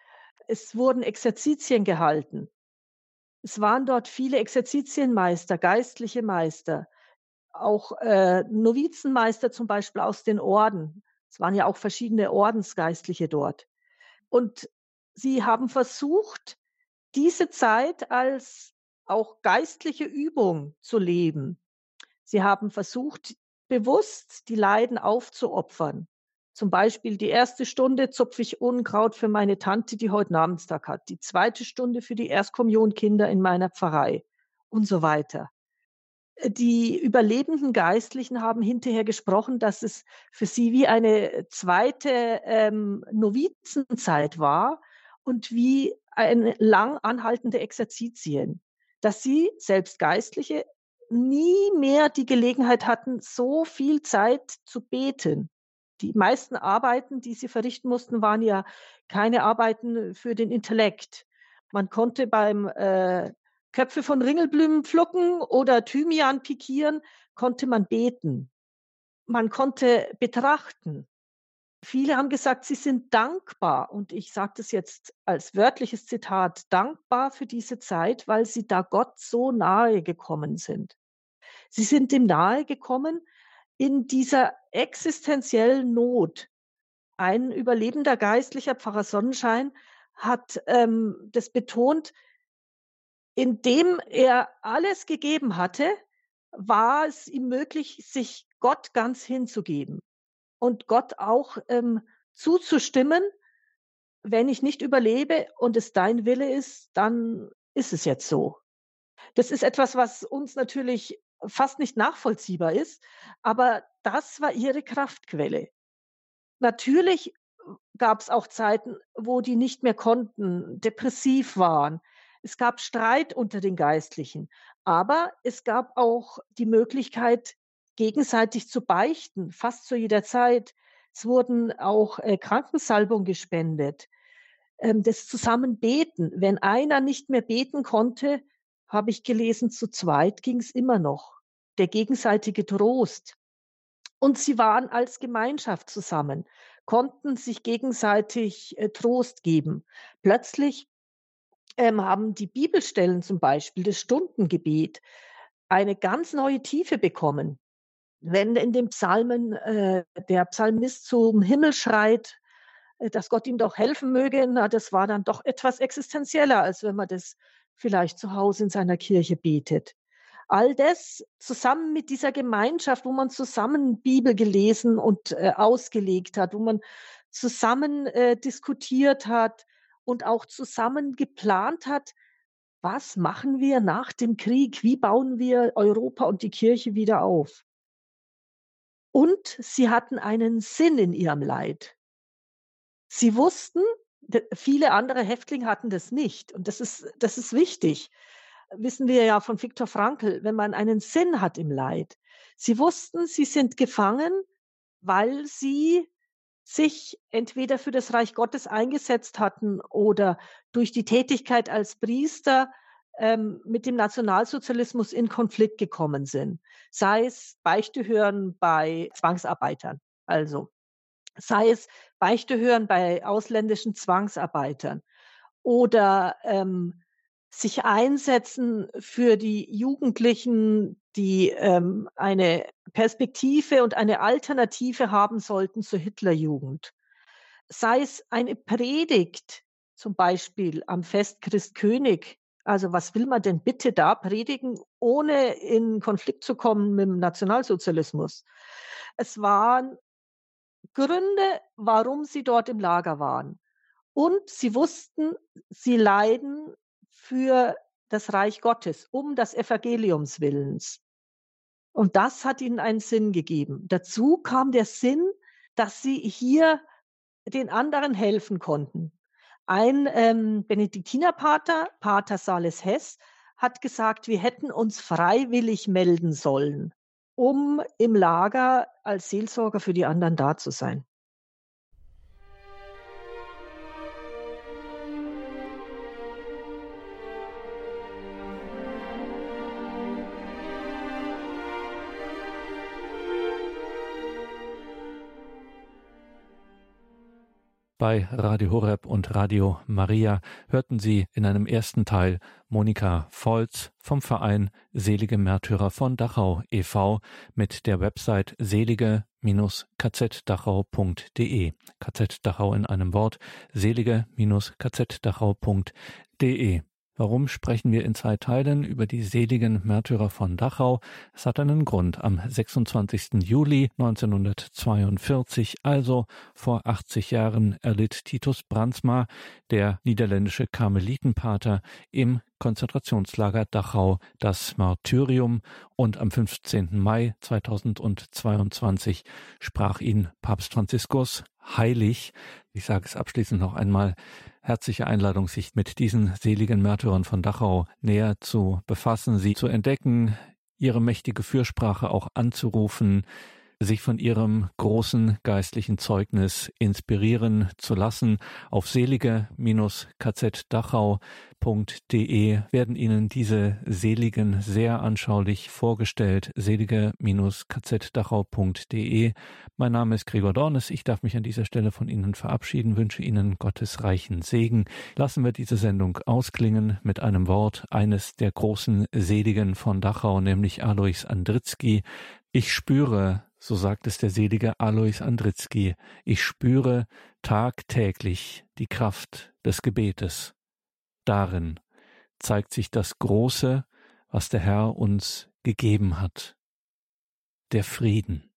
Es wurden Exerzitien gehalten. Es waren dort viele Exerzitienmeister, geistliche Meister, auch äh, Novizenmeister zum Beispiel aus den Orden. Es waren ja auch verschiedene Ordensgeistliche dort. Und sie haben versucht, diese Zeit als auch geistliche Übung zu leben. Sie haben versucht, bewusst die Leiden aufzuopfern. Zum Beispiel die erste Stunde zupfe ich Unkraut für meine Tante, die heute Namenstag hat. Die zweite Stunde für die Erstkommunionkinder in meiner Pfarrei und so weiter. Die überlebenden Geistlichen haben hinterher gesprochen, dass es für sie wie eine zweite ähm, Novizenzeit war und wie eine lang anhaltende Exerzitien, dass sie, selbst Geistliche, nie mehr die Gelegenheit hatten, so viel Zeit zu beten. Die meisten Arbeiten, die sie verrichten mussten, waren ja keine Arbeiten für den Intellekt. Man konnte beim äh, Köpfe von Ringelblumen pflücken oder Thymian pikieren, konnte man beten. Man konnte betrachten. Viele haben gesagt, sie sind dankbar, und ich sage das jetzt als wörtliches Zitat, dankbar für diese Zeit, weil sie da Gott so nahe gekommen sind. Sie sind ihm nahe gekommen in dieser existenziellen Not. Ein überlebender Geistlicher, Pfarrer Sonnenschein, hat ähm, das betont, indem er alles gegeben hatte, war es ihm möglich, sich Gott ganz hinzugeben und Gott auch ähm, zuzustimmen, wenn ich nicht überlebe und es dein Wille ist, dann ist es jetzt so. Das ist etwas, was uns natürlich fast nicht nachvollziehbar ist, aber das war ihre Kraftquelle. Natürlich gab es auch Zeiten, wo die nicht mehr konnten, depressiv waren. Es gab Streit unter den Geistlichen, Aber es gab auch die Möglichkeit, gegenseitig zu beichten, fast zu jeder Zeit. Es wurden auch äh, Krankensalbung gespendet. Ähm, das Zusammenbeten. Wenn einer nicht mehr beten konnte, habe ich gelesen, zu zweit ging es immer noch. Der gegenseitige Trost. Und sie waren als Gemeinschaft zusammen, konnten sich gegenseitig äh, Trost geben. Plötzlich ähm, haben die Bibelstellen zum Beispiel, das Stundengebet, eine ganz neue Tiefe bekommen. Wenn in den Psalmen äh, der Psalmist zum Himmel schreit, äh, dass Gott ihm doch helfen möge, na, das war dann doch etwas existenzieller, als wenn man das vielleicht zu Hause in seiner Kirche betet. All das zusammen mit dieser Gemeinschaft, wo man zusammen Bibel gelesen und äh, ausgelegt hat, wo man zusammen äh, diskutiert hat und auch zusammen geplant hat, was machen wir nach dem Krieg? Wie bauen wir Europa und die Kirche wieder auf? Und sie hatten einen Sinn in ihrem Leid. Sie wussten, d viele andere Häftlinge hatten das nicht. Und das ist das ist wichtig. Wissen wir ja von Viktor Frankl, wenn man einen Sinn hat im Leid. Sie wussten, sie sind gefangen, weil sie sich entweder für das Reich Gottes eingesetzt hatten oder durch die Tätigkeit als Priester ähm, mit dem Nationalsozialismus in Konflikt gekommen sind. Sei es Beichte hören bei Zwangsarbeitern, also sei es Beichte hören bei ausländischen Zwangsarbeitern oder ähm, sich einsetzen für die Jugendlichen, die ähm, eine Perspektive und eine Alternative haben sollten zur Hitlerjugend. Sei es eine Predigt, zum Beispiel am Fest Christkönig. Also was will man denn bitte da predigen, ohne in Konflikt zu kommen mit dem Nationalsozialismus? Es waren Gründe, warum sie dort im Lager waren. Und sie wussten, sie leiden für das Reich Gottes, um des Evangeliums Willens. Und das hat ihnen einen Sinn gegeben. Dazu kam der Sinn, dass sie hier den anderen helfen konnten. Ein ähm, Benediktinerpater, Pater Sales Hess, hat gesagt, wir hätten uns freiwillig melden sollen, um im Lager als Seelsorger für die anderen da zu sein. Bei Radio Horeb und Radio Maria hörten Sie in einem ersten Teil Monika Volz vom Verein Selige Märtyrer von Dachau e V mit der Website selige K Z Dachau punkt de. K Z Dachau in einem Wort, selige K Z Dachau punkt de. Warum sprechen wir in zwei Teilen über die seligen Märtyrer von Dachau? Es hat einen Grund. Am sechsundzwanzigsten Juli neunzehnhundertzweiundvierzig, also vor achtzig Jahren, erlitt Titus Brandsma, der niederländische Karmelitenpater, im Konzentrationslager Dachau das Martyrium, und am fünfzehnten Mai zweitausendzweiundzwanzig sprach ihn Papst Franziskus heilig. Ich sage es abschließend noch einmal: Herzliche Einladung, sich mit diesen seligen Märtyrern von Dachau näher zu befassen, sie zu entdecken, ihre mächtige Fürsprache auch anzurufen, sich von ihrem großen geistlichen Zeugnis inspirieren zu lassen. Auf selige K Z Dachau punkt de werden Ihnen diese Seligen sehr anschaulich vorgestellt. selige K Z Dachau punkt de. Mein Name ist Gregor Dornes. Ich darf mich an dieser Stelle von Ihnen verabschieden, wünsche Ihnen Gottes reichen Segen. Lassen wir diese Sendung ausklingen mit einem Wort eines der großen Seligen von Dachau, nämlich Alois Andritzky. Ich spüre, so sagt es der selige Alois Andritzky, ich spüre tagtäglich die Kraft des Gebetes. Darin zeigt sich das Große, was der Herr uns gegeben hat, der Frieden.